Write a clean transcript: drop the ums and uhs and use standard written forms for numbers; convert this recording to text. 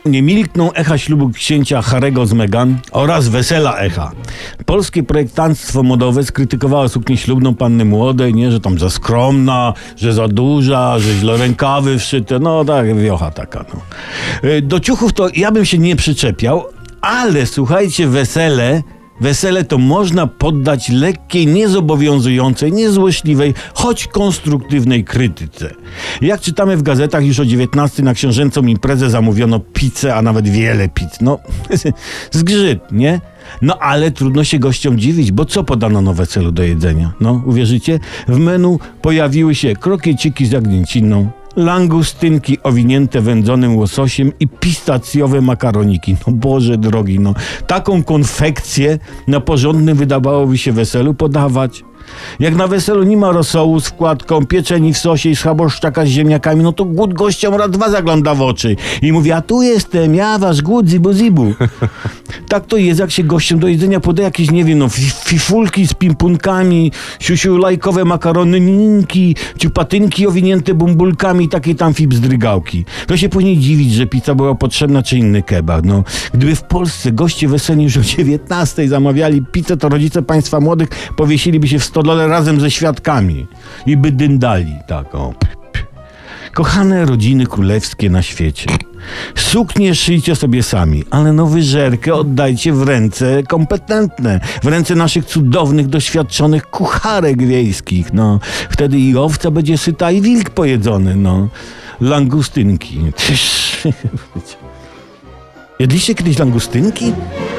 Nie milkną echa ślubu księcia Harry'ego z Meghan oraz wesela echa. Polskie projektantstwo modowe skrytykowało suknię ślubną panny młodej, nie, że tam za skromna, że za duża, że źle rękawy wszyte, no tak, wiocha taka, no. Do ciuchów to ja bym się nie przyczepiał, ale słuchajcie, Wesele to można poddać lekkiej, niezobowiązującej, niezłośliwej, choć konstruktywnej krytyce. Jak czytamy w gazetach, już o 19 na książęcą imprezę zamówiono pizzę, a nawet wiele pizz. No, zgrzyt, nie? No ale trudno się gościom dziwić, bo co podano na weselu do jedzenia? No, uwierzycie? W menu pojawiły się krokieciki z jagnięciną, langustynki owinięte wędzonym łososiem i pistacjowe makaroniki. No Boże drogi, no. Taką konfekcję na porządnym wydawałoby się weselu podawać. Jak na weselu nie ma rosołu z wkładką, pieczeni w sosie i schaboszczaka z ziemniakami, no to głód gościom raz dwa zagląda w oczy i mówi, a tu jestem, ja wasz głód, zibu. Tak to jest, jak się gościom do jedzenia podaje jakieś, nie wiem, no fifulki z pimpunkami, siusiulajkowe makaroninki, ciupatynki owinięte bumbulkami, takie tam fibzdrygałki. To się później dziwić, że pizza była potrzebna, czy inny kebab. No, gdyby w Polsce goście weselni już o 19 zamawiali pizzę, to rodzice państwa młodych powiesiliby się w stodole razem ze świadkami i by dyndali. Tak, o. Kochane rodziny królewskie na świecie. Suknie szyjcie sobie sami, ale no wyżerkę oddajcie w ręce kompetentne, w ręce naszych cudownych, doświadczonych kucharek wiejskich, no. Wtedy i owca będzie syta, i wilk pojedzony, no. Langustynki. Jedliście kiedyś langustynki?